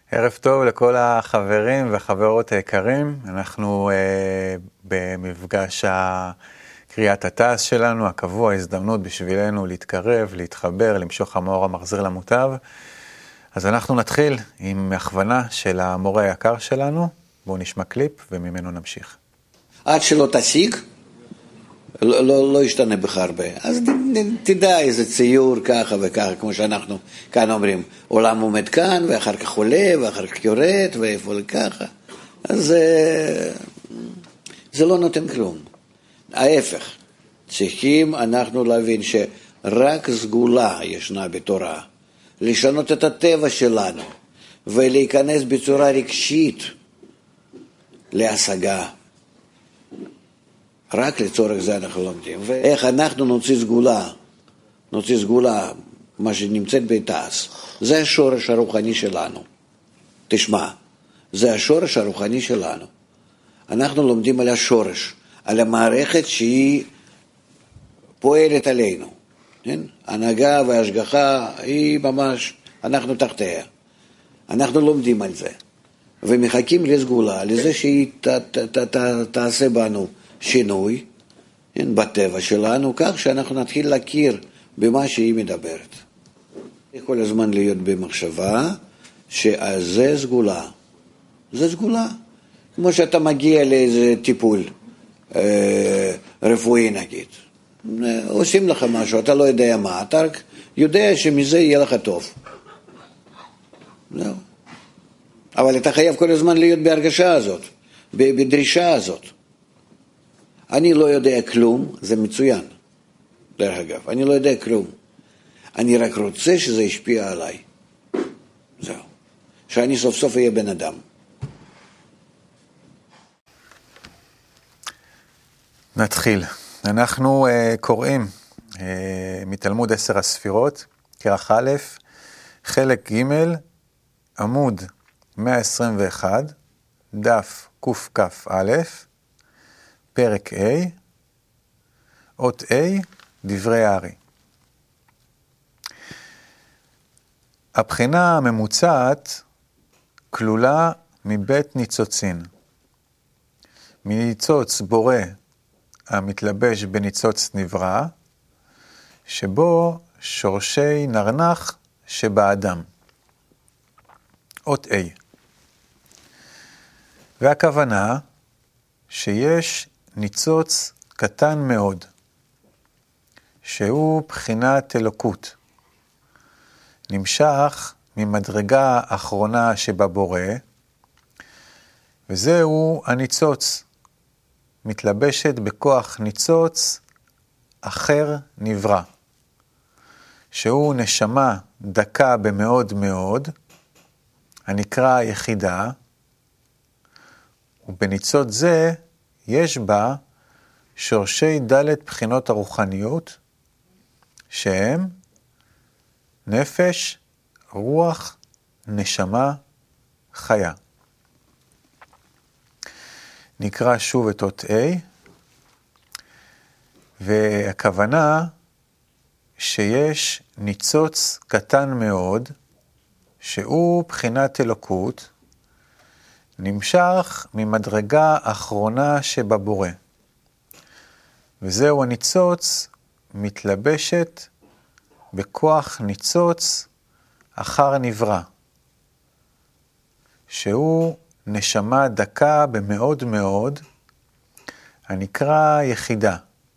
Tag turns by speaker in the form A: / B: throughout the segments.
A: ערב טוב לכל החברים והחברות היקרים. אנחנו במפגש קריאת התעש שלנו, הקבוע, הזדמנות בשבילנו להתקרב, להתחבר, למשוך המאור המחזיר למוטב. אז אנחנו נתחיל עם הכוונה של המורה היקר שלנו. בואו נשמע קליפ וממנו נמשיך.
B: עד שלא תשיג, לא ישתנה בך הרבה. אז תדע איזה ציור ככה וככה, כמו שאנחנו כאן אומרים, עולם עומד כאן, ואחר כך עולה, ואחר כך יורד, ואיפה לככה. אז זה לא נותן כלום. ההפך, צריכים אנחנו להבין שרק סגולה ישנה בתורה, לשנות את הטבע שלנו, ולהיכנס בצורה רגשית להשגה. רק לצורך זה אנחנו לומדים. ואיך אנחנו נוציא סגולה, מה שנמצאת בתעש, זה השורש הרוחני שלנו. תשמע, זה השורש הרוחני שלנו. אנחנו לומדים על השורש, על המערכת שהיא פועלת עלינו. כן? הנהגה וההשגחה היא ממש, אנחנו תחתיה. אנחנו לומדים על זה. ומחכים לסגולה, לזה שהיא תעשה בנו שינוי בטבע שלנו, כך שאנחנו נתחיל להכיר במה שהיא מדברת. כל הזמן להיות במחשבה שזה סגולה. זה סגולה. כמו שאתה מגיע לאיזה טיפול רפואי נגיד. עושים לך משהו, אתה לא יודע מה, אתה רק יודע שמזה יהיה לך טוב. זהו. אבל אתה חייב כל הזמן להיות בהרגשה הזאת, בדרישה הזאת. אני לא יודע כלום, זה מצוין. דרך אגב, אני לא יודע כלום. אני רק רוצה שזה ישפיע עליי. זהו. שאני סוף סוף אהיה בן אדם.
A: נתחיל. אנחנו קוראים מתלמוד 10 הספירות, כרך א', חלק ג', עמוד 121, דף קכ"א, פרק A, אות A, דברי הארי. הבחינה הממוצעת כלולה מבית ניצוצין. מניצוץ בורא המתלבש בניצוץ נברא, שבו שורשי נרנח שבאדם. אות A. והכוונה שיש ניצוץ קטן מאוד, שהוא בחינת אלוקות, נמשך ממדרגה האחרונה שבבורא, וזהו הניצוץ, מתלבשת בכוח ניצוץ אחר נברא, שהוא נשמה דקה במאוד מאוד, הנקרא יחידה, ובניצוץ זה יש בה שורשי ד' בחינות הרוחניות, שהם נפש, רוח, נשמה, חיה. נקרא שוב את אות A, והכוונה שיש ניצוץ קטן מאוד, שהוא בחינת אלוקות, נמשך ממדרגה האחרונה שבבורא. וזהו הניצוץ מתלבשת בכוח ניצוץ אחר נברא, שהוא נשמה דקה במאוד מאוד, הנקרא יחידה.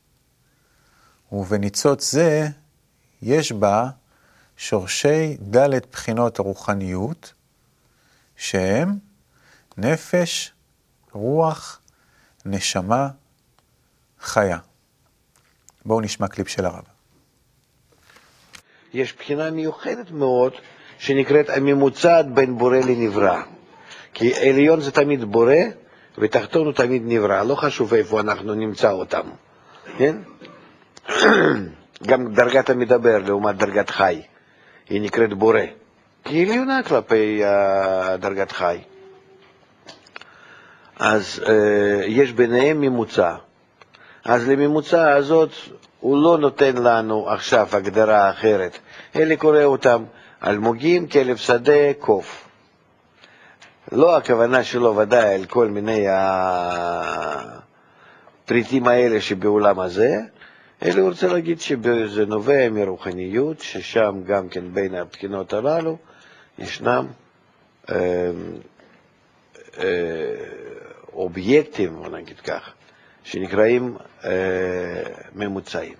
A: ובניצוץ זה יש בה שורשי ד' בחינות הרוחניות, שהם נפש, רוח, נשמה, חיה. בואו נשמע קליפ של הרב.
B: יש בחינה מיוחדת מאוד שנקראת הממוצעת בין בורא לנברא. כי עליון זה תמיד בורא ותחתון הוא תמיד נברא. לא חשוב איפה אנחנו נמצא אותם. כן? גם דרגת המדבר לעומת דרגת חי היא נקראת בורא. כי היא עליונה כלפי דרגת חי. אז יש ביניהם ממוצע. אז לממוצע הזאת הוא לא נותן לנו עכשיו הגדרה אחרת, אלא קורא אותם אלמוגים, כלב שדה, קוף.
C: לא הכוונה שלו ודאי על כל מיני הפריטים האלה שבעולם הזה, אלא הוא רוצה להגיד שזה נובע מרוחניות, ששם גם כן בין הבחינות הללו ישנם אובייקטים, נגיד כך, שנקראים ממוצעים.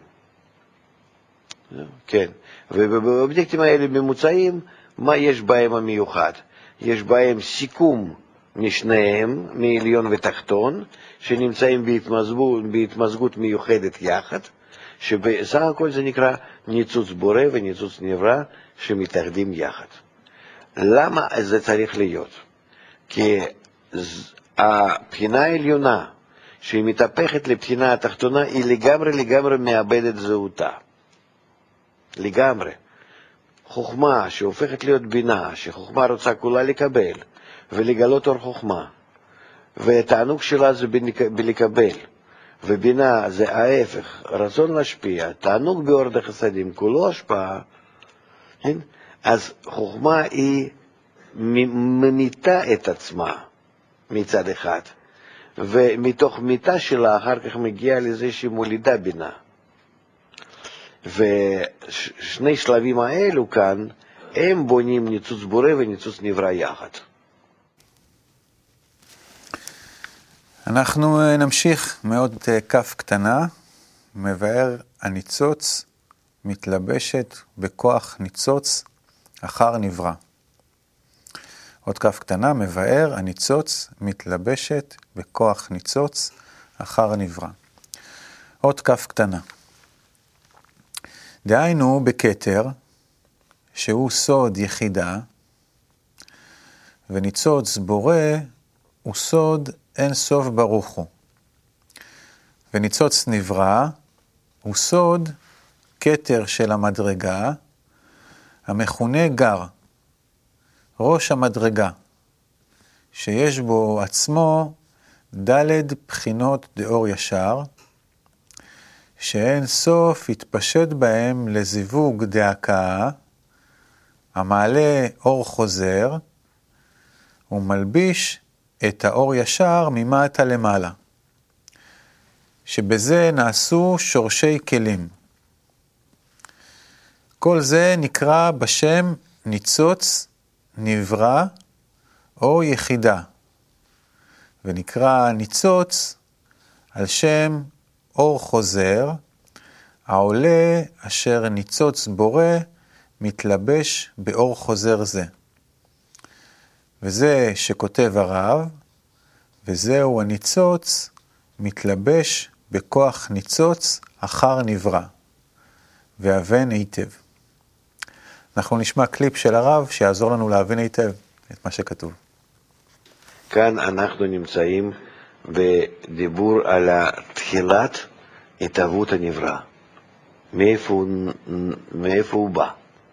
C: כן, ובאובייקטים האלה ממוצעים, מה יש בהם המיוחד? יש בהם סיכום משניהם, מעליון ותחתון, שנמצאים בהתמזגות מיוחדת יחד, שבסך הכל זה נקרא ניצוץ בורא וניצוץ נברא שמתאחדים יחד. למה זה צריך להיות? כי הבחינה העליונה שהיא מתהפכת לבחינה התחתונה היא לגמרי מאבדת זהותה. לגמרי. חוכמה שהופכת להיות בינה, שחוכמה רוצה כולה לקבל ולגלות אור חוכמה, והתענוג שלה זה בלקבל, ובינה זה ההפך, רצון להשפיע, תענוג באור דחסדים, כולו השפעה, כן? אז חוכמה היא ממיתה את עצמה מצד אחד, ומתוך מיתה שלה אחר כך מגיעה לזה שהיא מולידה בינה. ושני שלבים האלו כאן, הם בונים ניצוץ בורא וניצוץ נברא יחד.
A: אנחנו נמשיך מעוד כף קטנה, מבאר הניצוץ מתלבשת בכוח ניצוץ אחר נברא. עוד כף קטנה, מבאר הניצוץ מתלבשת בכוח ניצוץ אחר נברא. עוד כף קטנה. דהיינו בכתר, שהוא סוד יחידה, וניצוץ בורא הוא סוד אין סוף ברוך הוא. וניצוץ נברא הוא סוד כתר של המדרגה, המכונה גר, ראש המדרגה, שיש בו עצמו ד' בחינות דאור ישר, שאין סוף התפשט בהם לזיווג דהקאה, המעלה אור חוזר, ומלביש את האור ישר ממטה למעלה, שבזה נעשו שורשי כלים. כל זה נקרא בשם ניצוץ נברא או יחידה, ונקרא ניצוץ על שם אור חוזר, העולה אשר ניצוץ בורא מתלבש באור חוזר זה. וזה שכותב הרב, וזהו הניצוץ מתלבש בכוח ניצוץ אחר נברא, והבן היטב. אנחנו נשמע קליפ של הרב שיעזור לנו להבין היטב את מה שכתוב.
C: כאן אנחנו נמצאים בדיבור על תחילת התהוות הנברא. מאיפה הוא בא?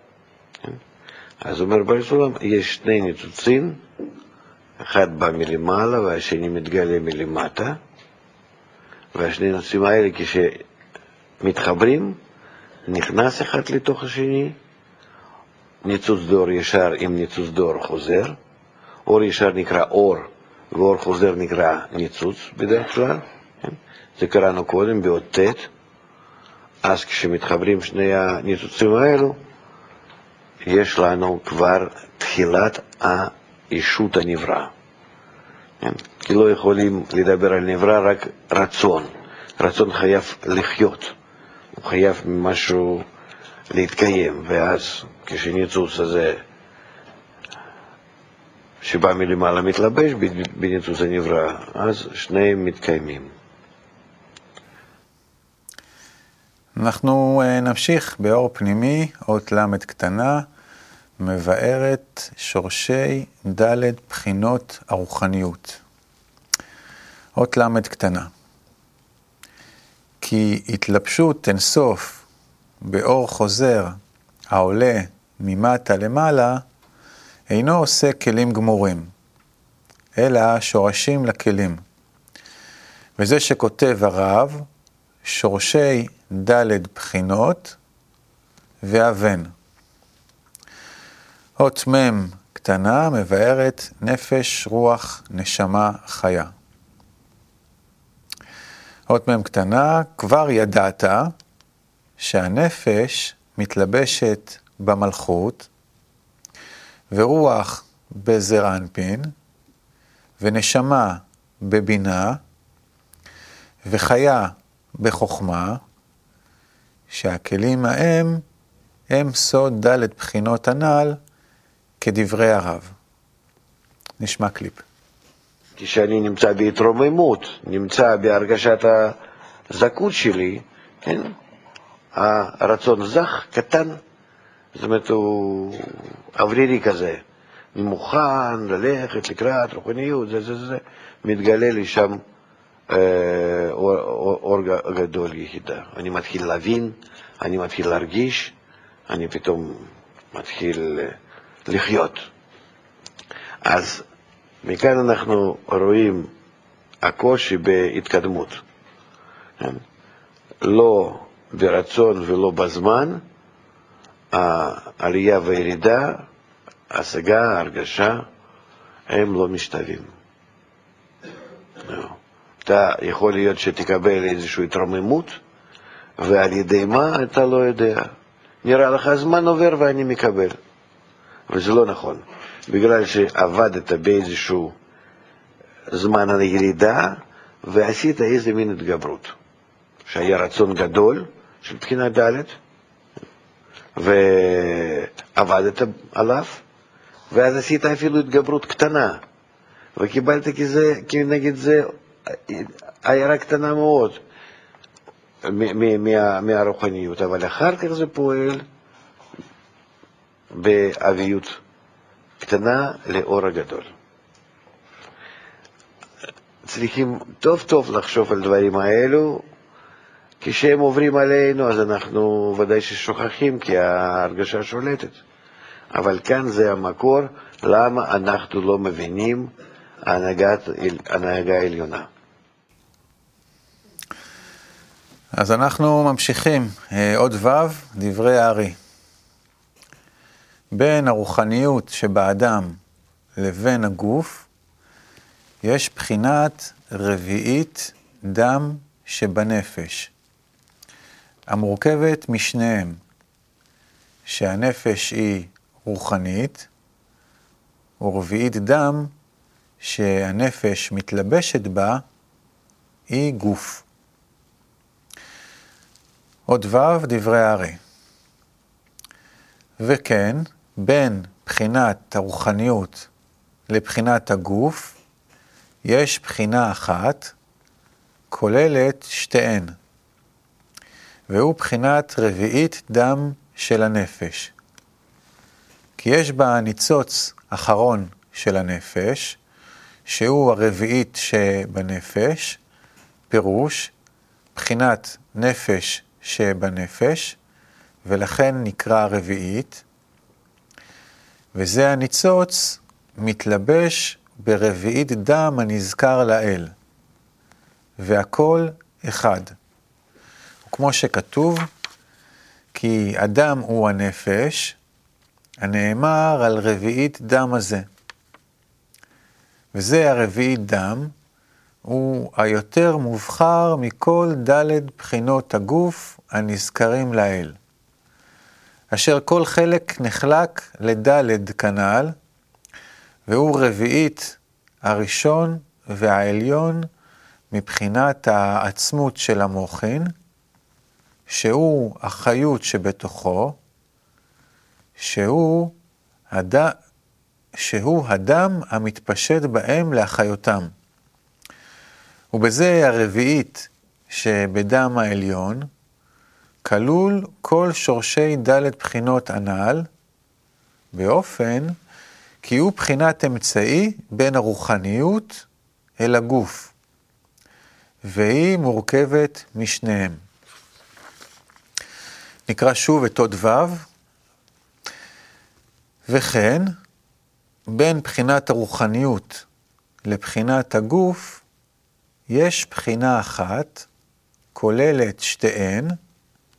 C: אז אומר בעל סולם, יש שני ניצוצים, אחד בא מלמעלה והשני מתגלה מלמטה, והשני ניצוצים האלה כשמתחברים, נכנס אחד לתוך השני, ניצוץ דאור ישר עם ניצוץ דאור חוזר, אור ישר נקרא אור, ואור חוזר נקרא ניצוץ בדרך כלל, זה קראנו קודם באות ט', אז כשמתחברים שני הניצוצים האלו, יש לנו כבר תחילת האישות הנברא. כי לא יכולים לדבר על נברא רק רצון. רצון חייב לחיות, הוא חייב משהו להתקיים, ואז כשניצוץ הזה שבא מלמעלה מתלבש בניצוץ הנברא, אז שניהם מתקיימים.
A: אנחנו נמשיך באור פנימי, אות למד קטנה, מבארת שורשי ד' בחינות הרוחניות. אות למד קטנה. כי התלבשות אינסוף באור חוזר העולה ממטה למעלה, אינו עושה כלים גמורים, אלא שורשים לכלים. וזה שכותב הרב, שורשי ד' בחינות ואבן. אות מם קטנה מבארת נפש, רוח, נשמה, חיה. אות מ' קטנה, כבר ידעת שהנפש מתלבשת במלכות, ורוח בזר אנפין, ונשמה בבינה, וחיה בחוכמה, שהכלים ההם הם סוד ד' בחינות הנ"ל כדברי הרב. נשמע קליפ.
C: כשאני נמצא בהתרוממות, נמצא בהרגשת הזכות שלי, כן? הרצון זך, קטן, זאת אומרת הוא אוורירי כזה, אני מוכן ללכת לקראת רוחניות, זה, מתגלה לי שם אור גדול יחידה. אני מתחיל להבין, אני מתחיל להרגיש, אני פתאום מתחיל לחיות. אז מכאן אנחנו רואים הקושי בהתקדמות. לא ברצון ולא בזמן, העלייה והירידה, השגה, הרגשה, הם לא משתווים. אתה יכול להיות שתקבל איזושהי התרוממות, ועל ידי מה אתה לא יודע. נראה לך הזמן עובר ואני מקבל. אבל זה לא נכון. בגלל שעבדת באיזשהו זמן על הירידה, ועשית איזה מין התגברות. שהיה רצון גדול של בחינה ד' ועבדת עליו, ואז עשית אפילו התגברות קטנה, וקיבלת כנגד זה עיירה קטנה מאוד מהרוחניות, אבל אחר כך זה פועל באביות קטנה לאור הגדול. צריכים טוב טוב לחשוב על דברים האלו, כשהם עוברים עלינו אז אנחנו ודאי ששוכחים כי ההרגשה שולטת. אבל כאן זה המקור למה אנחנו לא מבינים הנהגה העליונה.
A: אז אנחנו ממשיכים, עוד ו' דברי הארי. בין הרוחניות שבאדם לבין הגוף, יש בחינת רביעית דם שבנפש, המורכבת משניהם, שהנפש היא רוחנית, ורביעית דם שהנפש מתלבשת בה היא גוף. עוד ו' דברי הארי. וכן, בין בחינת הרוחניות לבחינת הגוף, יש בחינה אחת, כוללת שתיהן, והוא בחינת רביעית דם של הנפש. כי יש בה ניצוץ אחרון של הנפש, שהוא הרביעית שבנפש, פירוש, בחינת נפש שבנפש, ולכן נקרא רביעית, וזה הניצוץ מתלבש ברביעית דם הנזכר לאל, והכל אחד. וכמו שכתוב, כי אדם הוא הנפש, הנאמר על רביעית דם הזה. וזה הרביעית דם, הוא היותר מובחר מכל ד' בחינות הגוף הנזכרים לאל. אשר כל חלק נחלק לד' כנ"ל, והוא רביעית הראשון והעליון מבחינת העצמות של המוחין, שהוא החיות שבתוכו, שהוא הדם המתפשט בהם להחיותם. ובזה הרביעית שבדם העליון, כלול כל שורשי ד' בחינות הנ"ל, באופן כי הוא בחינת אמצעי בין הרוחניות אל הגוף, והיא מורכבת משניהם. נקרא שוב את עוד ו'. וכן, בין בחינת הרוחניות לבחינת הגוף, יש בחינה אחת, כוללת שתיהן,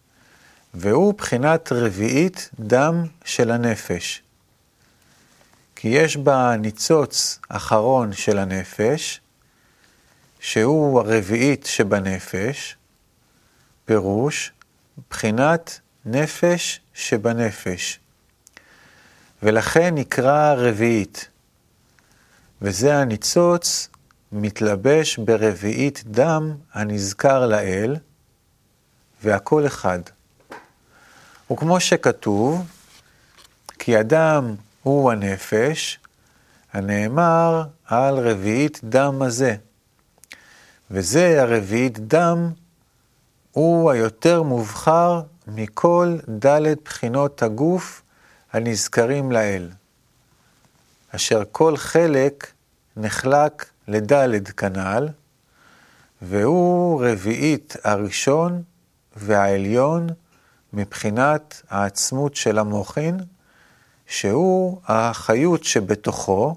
A: והוא בחינת רביעית דם של הנפש. כי יש בה ניצוץ אחרון של הנפש, שהוא הרביעית שבנפש, פירוש, בחינת נפש שבנפש. ולכן נקרא רביעית. וזה הניצוץ מתלבש ברביעית דם הנזכר לאל, והכל אחד. וכמו שכתוב, כי אדם הוא הנפש, הנאמר על רביעית דם הזה. וזה הרביעית דם, הוא היותר מובחר מכל ד' בחינות הגוף הנזכרים לאל, אשר כל חלק נחלק לד' כנ"ל, והוא רביעית הראשון והעליון מבחינת העצמות של המוחין, שהוא החיות שבתוכו,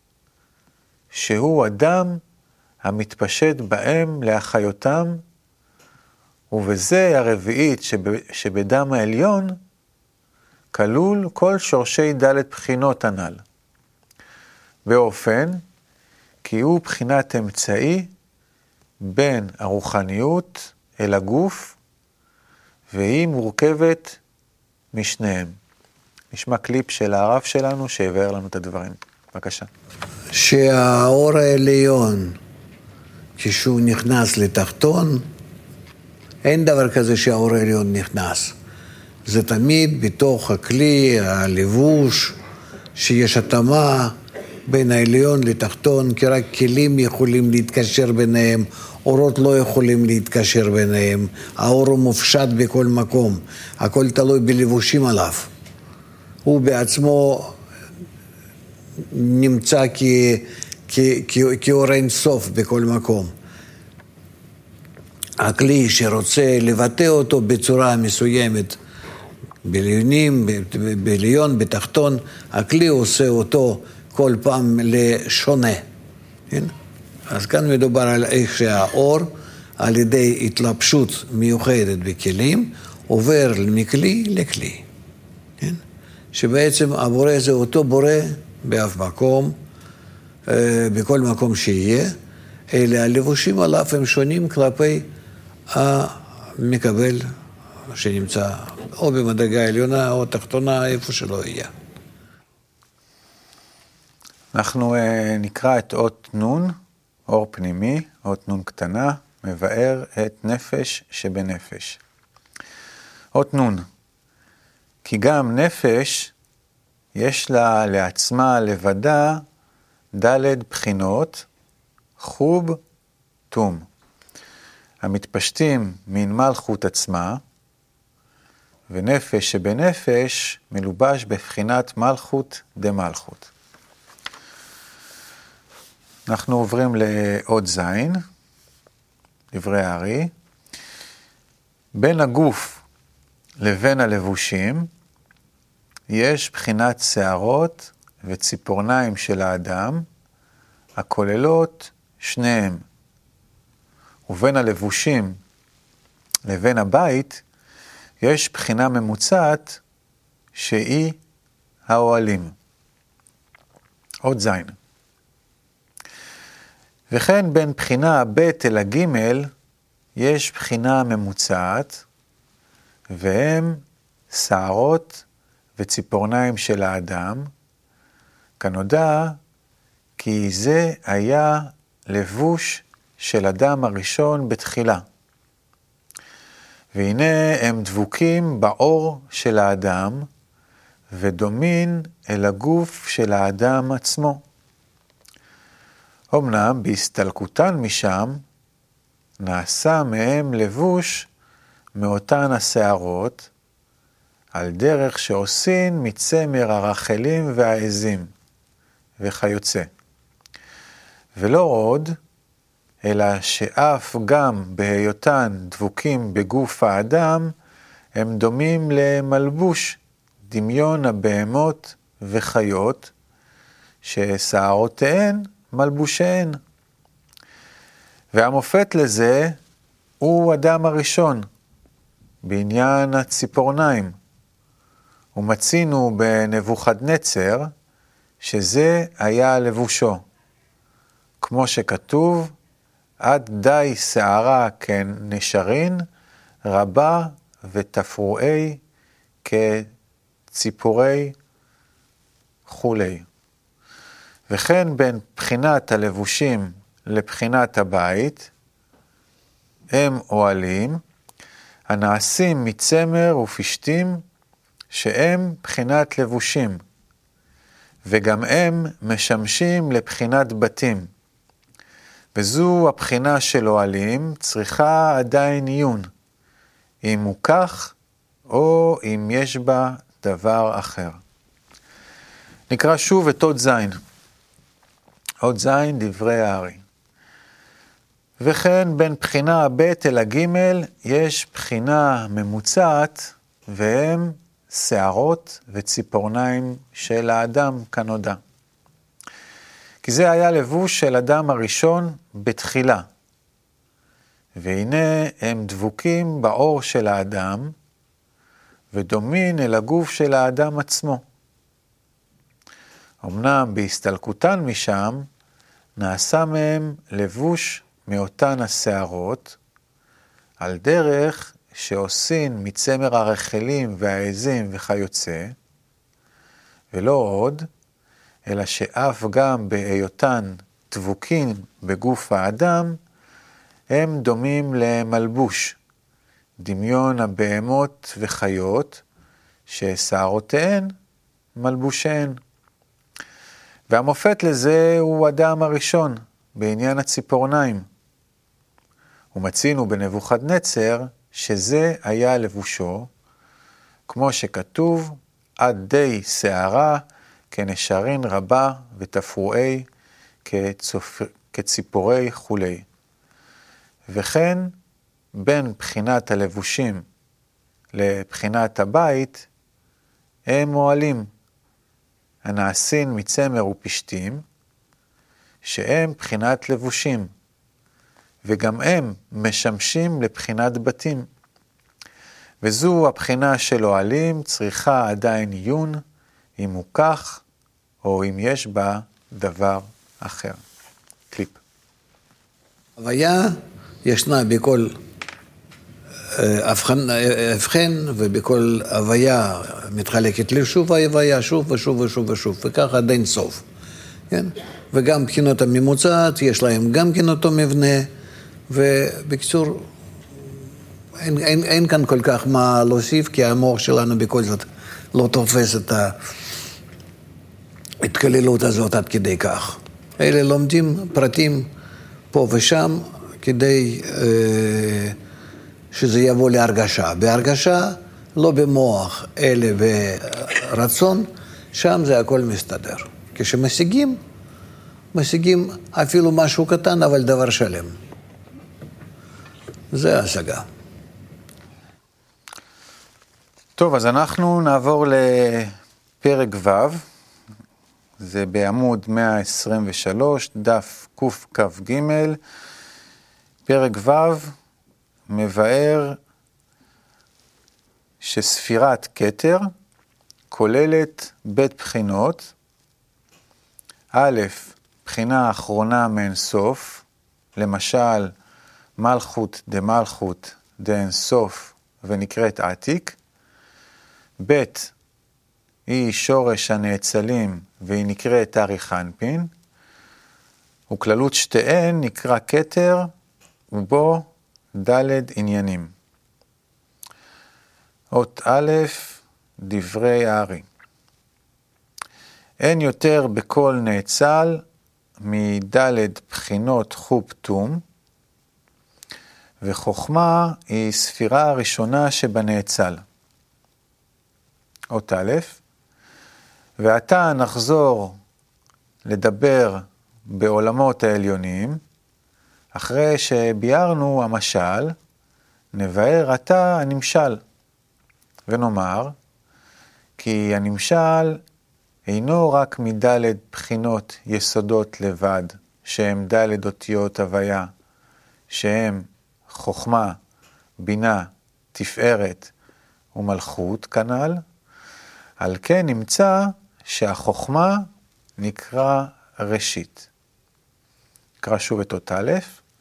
A: שהוא אדם המתפשט בהם להחיותם, ובזה הרביעית שבדם העליון, כלול כל שורשי ד' בחינות הנ"ל. באופן, כי הוא בחינת אמצעי בין הרוחניות אל הגוף, והיא מורכבת משניהם. נשמע קליפ של הרב שלנו שיבאר לנו את הדברים. בבקשה.
B: שהאור העליון, כשהוא נכנס לתחתון, אין דבר כזה שהאור העליון נכנס. זה תמיד בתוך הכלי, הלבוש, שיש התאמה בין העליון לתחתון, כי רק כלים יכולים להתקשר ביניהם, אורות לא יכולים להתקשר ביניהם, האור הוא מופשט בכל מקום, הכל תלוי בלבושים עליו. הוא בעצמו נמצא כאור אין סוף בכל מקום. הכלי שרוצה לבטא אותו בצורה מסוימת, בעליון, בתחתון, הכלי עושה אותו כל פעם לשונה. כן? אז כאן מדובר על איך שהאור, על ידי התלבשות מיוחדת בכלים, עובר מכלי לכלי. כן? שבעצם הבורא זה אותו בורא באף מקום, בכל מקום שיהיה, אלה הלבושים עליו הם שונים כלפי המקבל שנמצא או במדרגה העליונה או תחתונה, איפה שלא יהיה.
A: אנחנו נקרא את אות נון, אור פנימי, אות נון קטנה, מבאר את נפש שבנפש. אות נון, כי גם נפש יש לה לעצמה לבדה ד' בחינות, חוב, תום, המתפשטים מן מלכות עצמה, ונפש שבנפש מלובש בבחינת מלכות דמלכות. אנחנו עוברים לאות זין, דברי הארי. בין הגוף לבין הלבושים יש בחינת שערות וציפורניים של האדם, הכוללות שניהם. ובין הלבושים לבין הבית יש בחינה ממוצעת שהיא האוהלים. אות זין. וכן בין בחינה ב' אל הג' יש בחינה ממוצעת, והם שערות וציפורניים של האדם, כנודע כי זה היה לבוש של אדם הראשון בתחילה. והנה הם דבוקים באור של האדם, ודומין אל הגוף של האדם עצמו. אמנם בהסתלקותן משם, נעשה מהם לבוש מאותן השערות, על דרך שעושים מצמר הרחלים והעזים, וכיוצא. ולא עוד, אלא שאף גם בהיותן דבוקים בגוף האדם, הם דומים למלבוש דמיון הבהמות וחיות, ששערותיהן מלבושיהן. והמופת לזה הוא אדם הראשון, בעניין הציפורניים. ומצינו בנבוכדנצר, שזה היה לבושו, כמו שכתוב, עד די שערה כנשרין, רבה ותפרועי כציפורי חולי. וכן בין בחינת הלבושים לבחינת הבית, הם אוהלים, הנעשים מצמר ופשתים, שהם בחינת לבושים, וגם הם משמשים לבחינת בתים. וזו הבחינה של אוהלים, צריכה עדיין עיון, אם הוא כך או אם יש בה דבר אחר. נקרא שוב את אות זין. אות זין דברי הארי. וכן בין בחינה ב' אל הג' יש בחינה ממוצעת, והם שערות וציפורניים של האדם כנודע. כי זה היה לבוש של אדם הראשון בתחילה. והנה הם דבוקים באור של האדם, ודומין אל הגוף של האדם עצמו. אמנם בהסתלקותן משם, נעשה מהם לבוש מאותן השערות, על דרך שעושים מצמר הרחלים והעזים וכיוצא, ולא עוד, אלא שאף גם בהיותן דבוקים בגוף האדם, הם דומים למלבוש, דמיון הבהמות וחיות, ששערותיהן מלבושיהן. והמופת לזה הוא אדם הראשון, בעניין הציפורניים. ומצינו בנבוכדנצר שזה היה לבושו, כמו שכתוב, עד די שערה כנשרין רבה ותפרועי כציפורי חולי. וכן בין בחינת הלבושים לבחינת הבית הם אוהלים, הנעשים מצמר ופשתים, שהם בחינת לבושים, וגם הם משמשים לבחינת בתים. וזו הבחינה של אוהלים, צריכה עדיין עיון, אם הוא כך, או אם יש בה דבר אחר. קליפ.
B: הוויה ישנה בכל הבחן, ובכל הוויה מתחלקת לשוב ההוויה, שוב ושוב ושוב ושוב, וככה עד אין סוף. כן? וגם בחינות הממוצעת, יש להם גם כן אותו מבנה, ובקצור, אין כאן כל כך מה להוסיף, כי המוח שלנו בכל זאת לא תופס את ההתקללות הזאת עד כדי כך. אלה לומדים פרטים פה ושם, כדי שזה יבוא להרגשה. בהרגשה, לא במוח, אלא ברצון, שם זה הכל מסתדר. כשמשיגים, משיגים אפילו משהו קטן, אבל דבר שלם. זה ההשגה.
A: טוב, אז אנחנו נעבור לפרק ו', זה בעמוד 123, דף קכ"ג. פרק ו' מבאר שספירת כתר כוללת בית בחינות. א', בחינה האחרונה מאין סוף, למשל מלכות דמלכות דאין סוף ונקראת עתיק. ב', היא שורש הנאצלים והיא נקראת אריך אנפין, וכללות שתיהן נקרא כתר ובו ד' עניינים. אות א', דברי הארי. אין יותר בכל נאצל מד' בחינות חופ תום, וחוכמה היא ספירה הראשונה שבנאצל. אות א', ועתה נחזור לדבר בעולמות העליונים, אחרי שביארנו המשל, נבאר עתה הנמשל, ונאמר, כי הנמשל אינו רק מד' בחינות יסודות לבד, שהם ד' אותיות הוויה, שהם חוכמה, בינה, תפארת ומלכות כנ"ל, על כן נמצא שהחוכמה נקרא ראשית. נקרא שוב את אות א',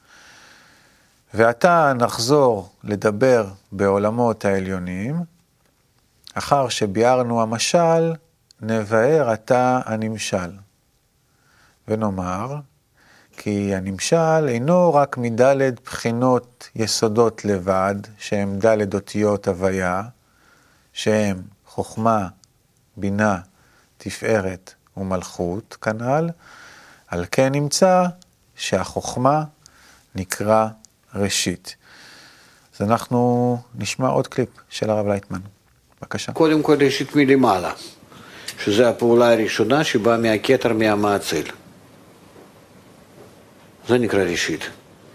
A: ועתה נחזור לדבר בעולמות העליונים, אחר שביארנו המשל, נבאר עתה הנמשל. ונאמר, כי הנמשל אינו רק מדלת בחינות יסודות לבד, שהם דלת אותיות הוויה, שהם חוכמה, בינה, תפארת ומלכות, כנ"ל, על כן נמצא שהחוכמה נקרא ראשית. אז אנחנו נשמע עוד קליפ של הרב לייטמן. בבקשה.
B: קודם כל ראשית מלמעלה, שזו הפעולה הראשונה שבאה מהכתר מהמעציל. זה נקרא ראשית.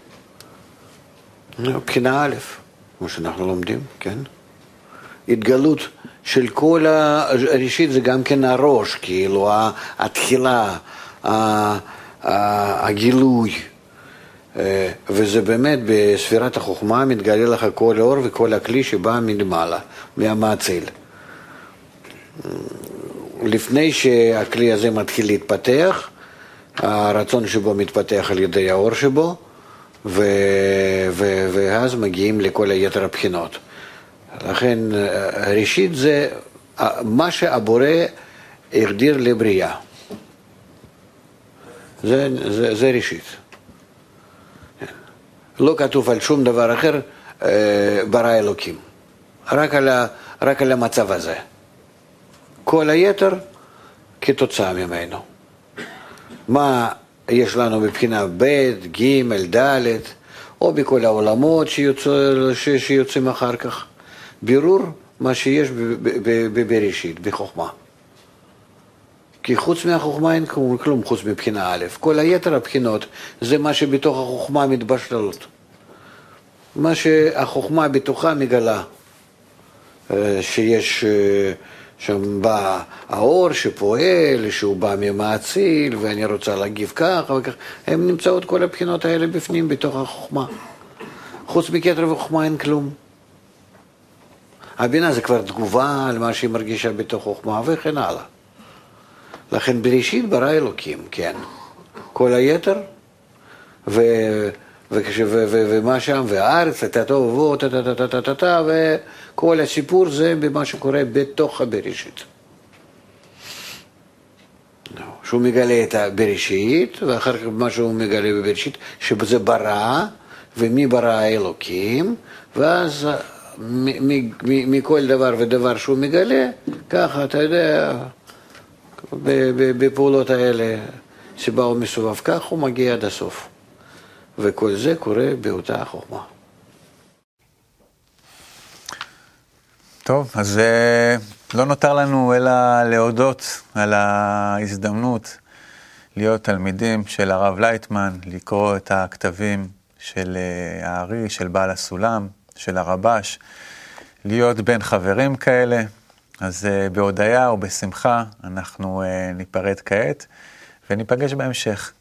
B: בחינה א', כמו שאנחנו לומדים, כן? התגלות של כל הראשית זה גם כן הראש, כאילו התחילה, הגילוי. וזה באמת בספירת החוכמה מתגלה לך כל האור וכל הכלי שבא מלמעלה, מהמעציל. לפני שהכלי הזה מתחיל להתפתח, הרצון שבו מתפתח על ידי האור שבו, ואז מגיעים לכל היתר הבחינות. לכן ראשית זה מה שהבורא הגדיר לבריאה. זה ראשית. לא כתוב על שום דבר אחר ברא אלוקים. רק על המצב הזה. כל היתר כתוצאה ממנו. מה יש לנו מבחינה ב', ג', ד', או בכל העולמות שיוצאים אחר כך. בירור מה שיש בראשית, בחוכמה. כי חוץ מהחוכמה אין כלום חוץ מבחינה א'. כל היתר הבחינות זה מה שבתוך החוכמה מתבשלות. מה שהחוכמה בתוכה מגלה. שיש שם בא האור שפועל, שהוא בא ממעציל, ואני רוצה להגיב ככה וכך. הם נמצאות כל הבחינות האלה בפנים בתוך החוכמה. חוץ מכתר וחוכמה אין כלום. הבינה זה כבר תגובה על מה שהיא מרגישה בתוך חוכמה וכן הלאה. לכן בראשית ברא אלוקים, כן. כל היתר, ומה שם, והארץ, וכל הסיפור זה במה שקורה בתוך הבראשית. שהוא מגלה את הבראשית, ואחר כך מה שהוא מגלה בבראשית, שזה ברא, ומי ברא האלוקים, ואז מכל דבר ודבר שהוא מגלה, ככה, אתה יודע, בפעולות האלה שבאו מסובב כך, הוא מגיע עד הסוף. וכל זה קורה באותה החוכמה.
A: טוב, אז לא נותר לנו אלא להודות על ההזדמנות להיות תלמידים של הרב לייטמן, לקרוא את הכתבים של הארי, של בעל הסולם, של הרבש, להיות בין חברים כאלה. אז בהודיה ובשמחה אנחנו ניפרד כעת וניפגש בהמשך.